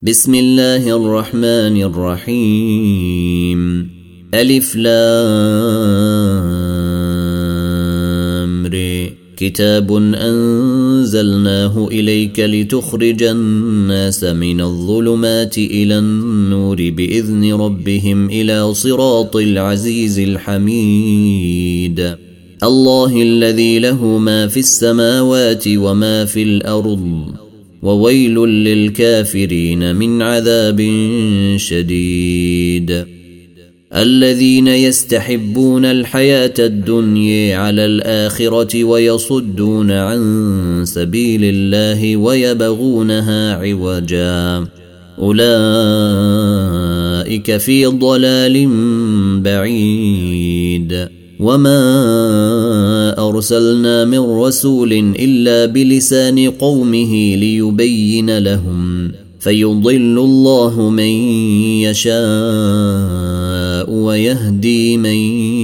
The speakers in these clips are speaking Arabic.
بسم الله الرحمن الرحيم ألف لام ر كتاب أنزلناه إليك لتخرج الناس من الظلمات إلى النور بإذن ربهم إلى صراط العزيز الحميد الله الذي له ما في السماوات وما في الأرض وويل للكافرين من عذاب شديد الذين يستحبون الحياة الدنيا على الآخرة ويصدون عن سبيل الله ويبغونها عوجا أولئك في ضلال بعيد وما أرسلنا من رسول إلا بلسان قومه ليبين لهم فيضل الله من يشاء ويهدي من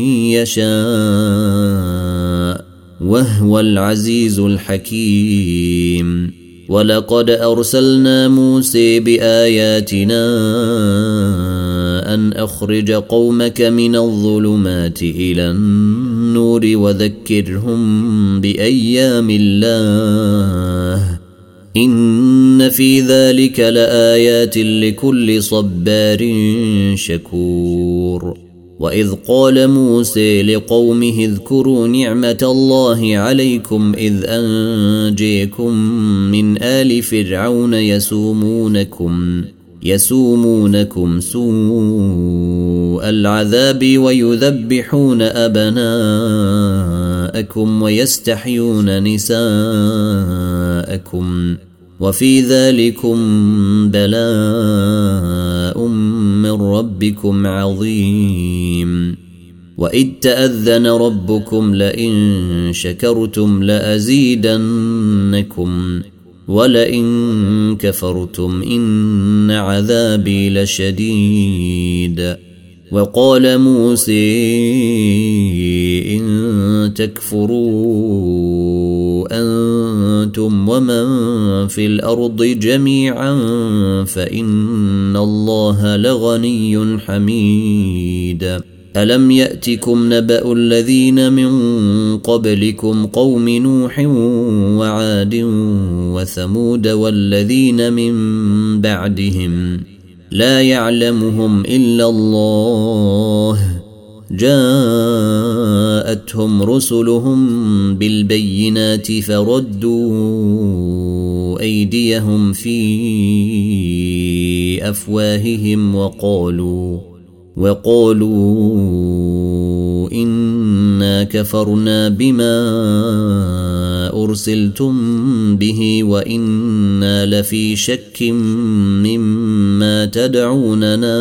يشاء وهو العزيز الحكيم ولقد أرسلنا موسى بآياتنا أن أخرج قومك من الظلمات إلى النور وذكرهم بأيام الله إن في ذلك لآيات لكل صبار شكور وإذ قال موسى لقومه اذكروا نعمة الله عليكم إذ أنجيكم من آل فرعون يسومونكم سوء العذاب ويذبحون أبناءكم ويستحيون نساءكم وفي ذلكم بلاء من ربكم عظيم وإذ تأذن ربكم لئن شكرتم لأزيدنكم ولئن كفرتم إن عذابي لشديد وقال موسى إن تكفروا أنتم ومن في الأرض جميعا فإن الله لغني حميد ألم يأتكم نبأ الذين من قبلكم قوم نوح وعاد وثمود والذين من بعدهم لا يعلمهم إلا الله جاءتهم رسلهم بالبينات فردوا أيديهم في أفواههم وقالوا إنا كفرنا بما أرسلتم به وإنا لفي شك مما تدعوننا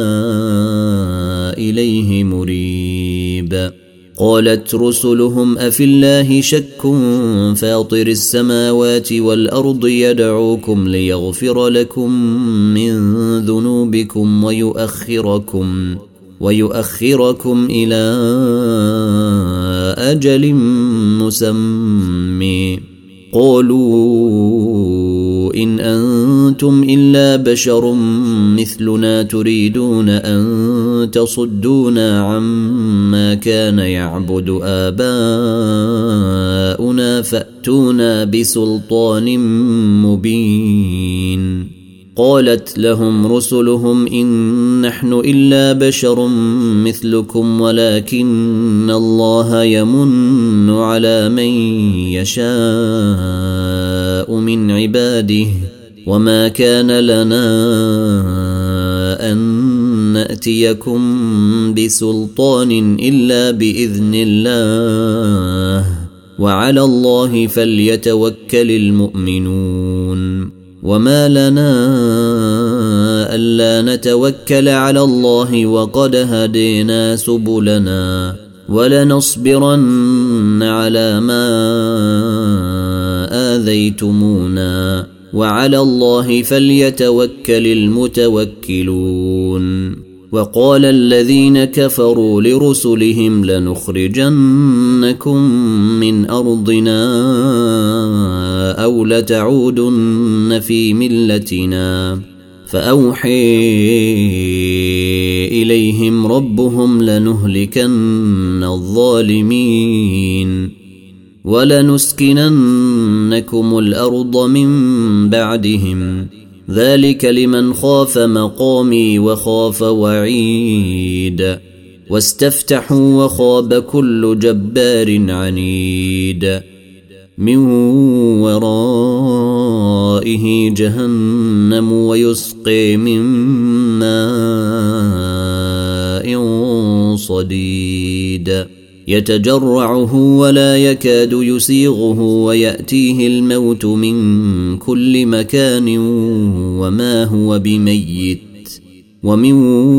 إليه مريب قالت رسلهم أفي الله شك فاطر السماوات والأرض يدعوكم ليغفر لكم من ذنوبكم ويؤخركم إلى أجل مسمى قالوا إن أنتم إلا بشر مثلنا تريدون أن تصدونا عما كان يعبد آباؤنا فأتونا بسلطان مبين قالت لهم رسلهم إن نحن إلا بشر مثلكم ولكن الله يمن على من يشاء من عباده وما كان لنا أن نأتيكم بسلطان إلا بإذن الله وعلى الله فليتوكل المؤمنون وما لنا ألا نتوكل على الله وقد هدينا سبلنا ولنصبرن على ما آذيتمونا وعلى الله فليتوكل المتوكلون وقال الذين كفروا لرسلهم لنخرجنكم من أرضنا أو لتعودن في ملتنا فأوحي إليهم ربهم لنهلكن الظالمين ولنسكننكم الأرض من بعدهم ذلك لمن خاف مقامي وخاف وعيد واستفتحوا وخاب كل جبار عنيد من ورائه جهنم ويسقي من ماء صديد يتجرعه ولا يكاد يسيغه ويأتيه الموت من كل مكان وما هو بميت ومن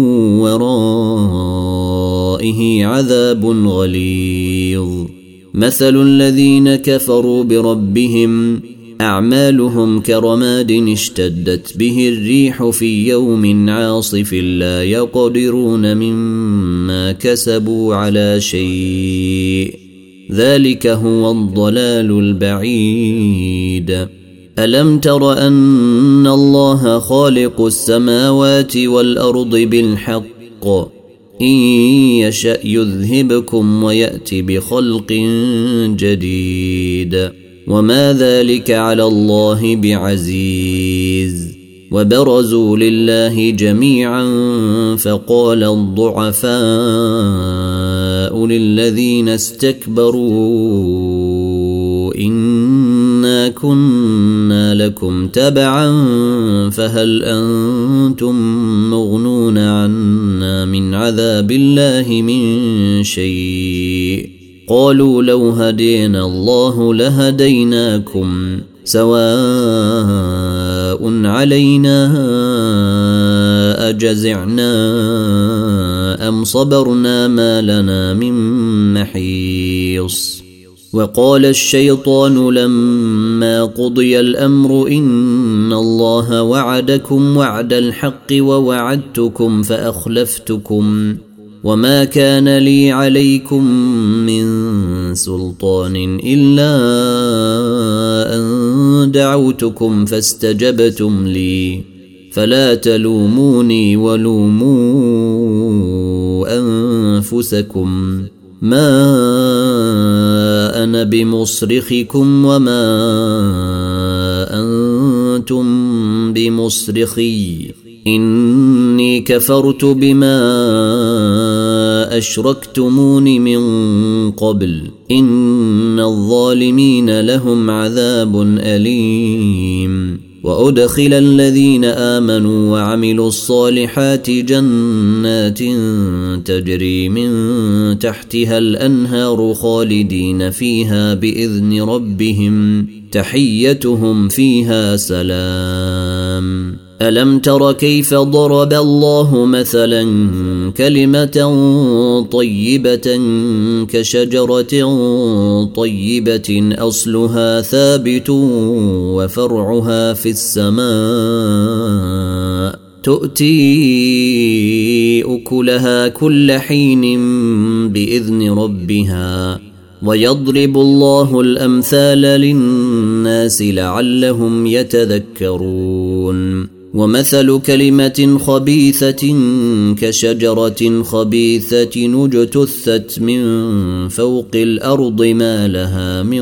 ورائه عذاب غليظ مثل الذين كفروا بربهم أعمالهم كرماد اشتدت به الريح في يوم عاصف لا يقدرون مما كسبوا على شيء ذلك هو الضلال البعيد ألم تر أن الله خالق السماوات والأرض بالحق إن يشأ يذهبكم ويأت بخلق جديد وما ذلك على الله بعزيز وبرزوا لله جميعا فقال الضعفاء للذين استكبروا إنا كنا لكم تبعا فهل أنتم مغنون عنا من عذاب الله من شيء قالوا لو هدينا الله لهديناكم سواء علينا أجزعنا أم صبرنا ما لنا من محيص وقال الشيطان لما قضي الأمر إن الله وعدكم وعد الحق ووعدتكم فأخلفتكم وما كان لي عليكم من سلطان إلا أن دعوتكم فاستجبتم لي فلا تلوموني ولوموا أنفسكم ما أنا بمصرخكم وما أنتم بمصرخي إني كفرت بما أشركتمون من قبل إن الظالمين لهم عذاب أليم وأدخل الذين آمنوا وعملوا الصالحات جنات تجري من تحتها الأنهار خالدين فيها بإذن ربهم تحيتهم فيها سلام ألم تر كيف ضرب الله مثلا كلمة طيبة كشجرة طيبة أصلها ثابت وفرعها في السماء تؤتي أكلها كل حين بإذن ربها ويضرب الله الأمثال للناس لعلهم يتذكرون ومثل كلمة خبيثة كشجرة خبيثة اجتثت من فوق الأرض ما لها من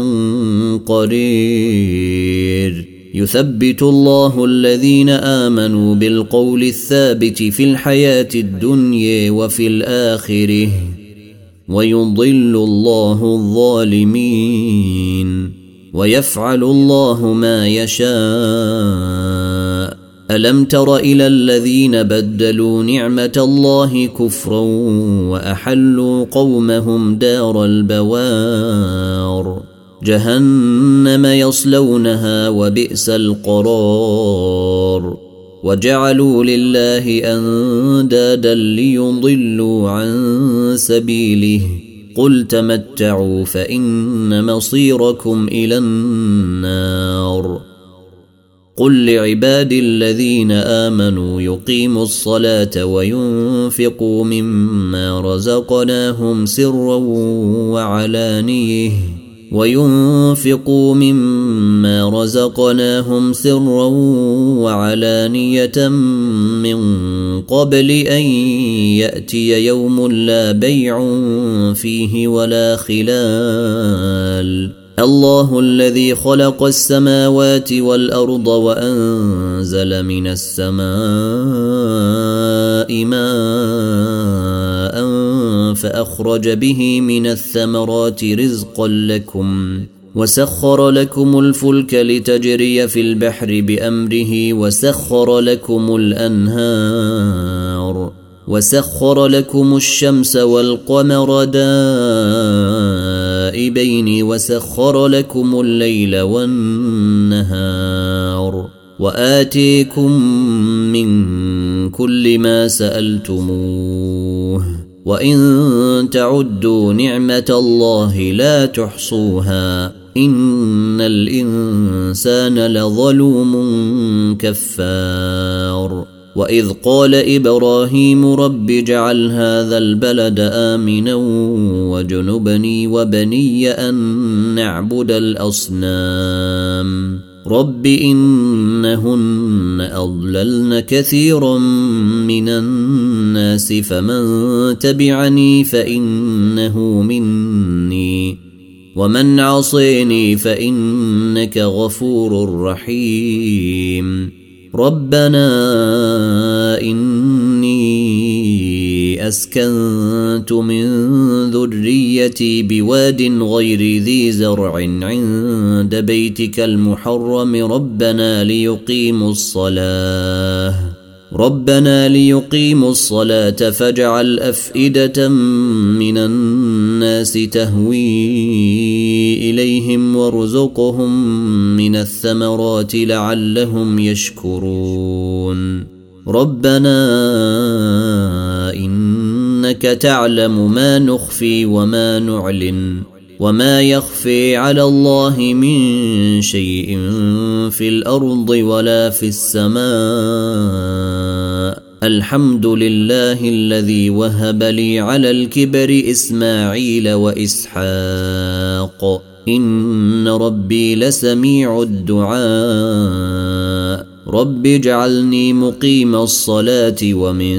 قرير يثبت الله الذين آمنوا بالقول الثابت في الحياة الدنيا وفي الآخرة ويضل الله الظالمين ويفعل الله ما يشاء ألم تر إلى الذين بدلوا نعمة الله كفرا وأحلوا قومهم دار البوار جهنم يصلونها وبئس القرار وجعلوا لله أندادا ليضلوا عن سبيله قل تمتعوا فإن مصيركم إلى النار قل لعبادي الذين آمنوا يقيموا الصلاة وينفقوا مما رزقناهم سرا وعلانيه وينفقوا مما رزقناهم سرا وعلانية من قبل أن يأتي يوم لا بيع فيه ولا خلال. الله الذي خلق السماوات والأرض وأنزل من السماء ماء فأخرج به من الثمرات رزقا لكم وسخر لكم الفلك لتجري في البحر بأمره وسخر لكم الأنهار وسخر لكم الشمس والقمر دائبين وسخر لكم الليل والنهار وآتيكم من كل ما سألتموه وإن تعدوا نعمة الله لا تحصوها إن الإنسان لظلوم كفار. وإذ قال إبراهيم رب اجعل هذا البلد آمنا وجنبني وبني أن نعبد الأصنام رب إنهن أضللن كثيرا من الناس فمن تبعني فإنه مني ومن عصيني فإنك غفور رحيم. ربنا إني أسكنت من ذريتي بواد غير ذي زرع عند بيتك المحرم ربنا ليقيموا الصلاة فاجعل أفئدة من الناس تهوي إليهم وارزقهم من الثمرات لعلهم يشكرون. ربنا إنك تعلم ما نخفي وما نعلن وما يخفي على الله من شيء في الأرض ولا في السماء. الحمد لله الذي وهب لي على الكبر إسماعيل وإسحاق إن ربي لسميع الدعاء. رب اجعلني مقيم الصلاة ومن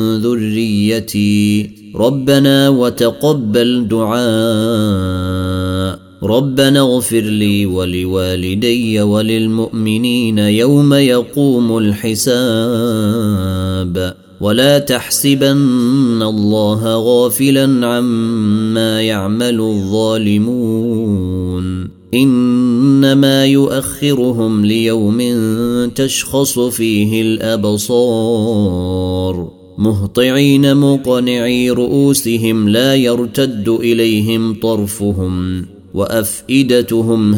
ذريتي ربنا وتقبل دعاء. ربنا اغفر لي ولوالدي وللمؤمنين يوم يقوم الحساب. ولا تحسبن الله غافلا عما يعمل الظالمون إنما يؤخرهم ليوم تشخص فيه الأبصار مهطعين مقنعي رؤوسهم لا يرتد إليهم طرفهم وأفئدتهم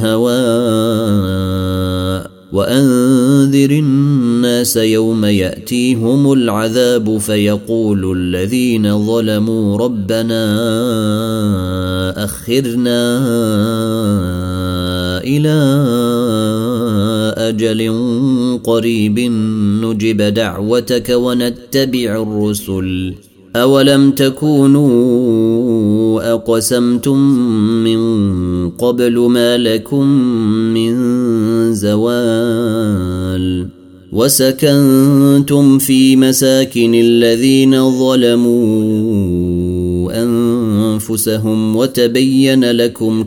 هواء. وأنذر الناس يوم يأتيهم العذاب فيقول الذين ظلموا ربنا أخرنا إلى أجل قريب نجب دعوتك ونتبع الرسل أولم تكونوا أقسمتم من قبل ما لكم من زوال وسكنتم في مساكن الذين ظلموا أنفسهم وتبين لكم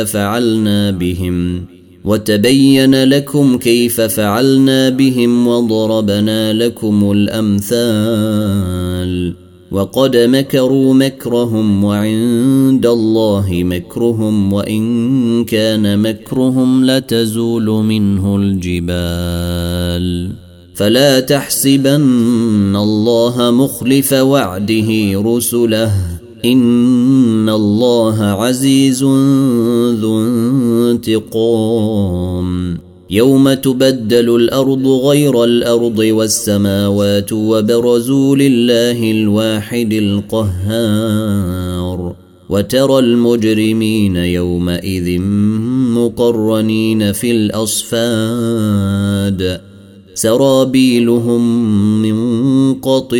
كيف فعلنا بهم وضربنا لكم الأمثال. وقد مكروا مكرهم وعند الله مكرهم وإن كان مكرهم لتزول منه الجبال. فلا تحسبن الله مخلف وعده رسله إن الله عزيز ذو انتقام. يوم تبدل الأرض غير الأرض والسماوات وبرزوا لله الواحد القهار. وترى المجرمين يومئذ مقرنين في الأصفاد سرابيلهم من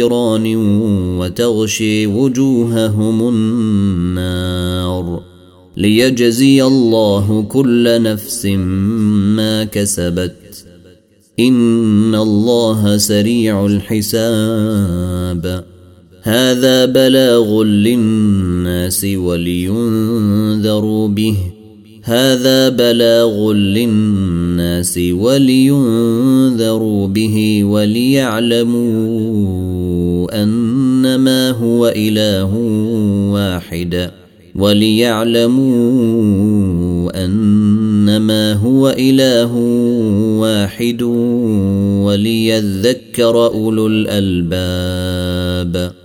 قطران وتغشي وجوههم النار. ليجزي الله كل نفس ما كسبت إن الله سريع الحساب. هذا بلاغ للناس ولينذروا به وليعلموا أنما هو إله واحد وليذكر أولو الألباب.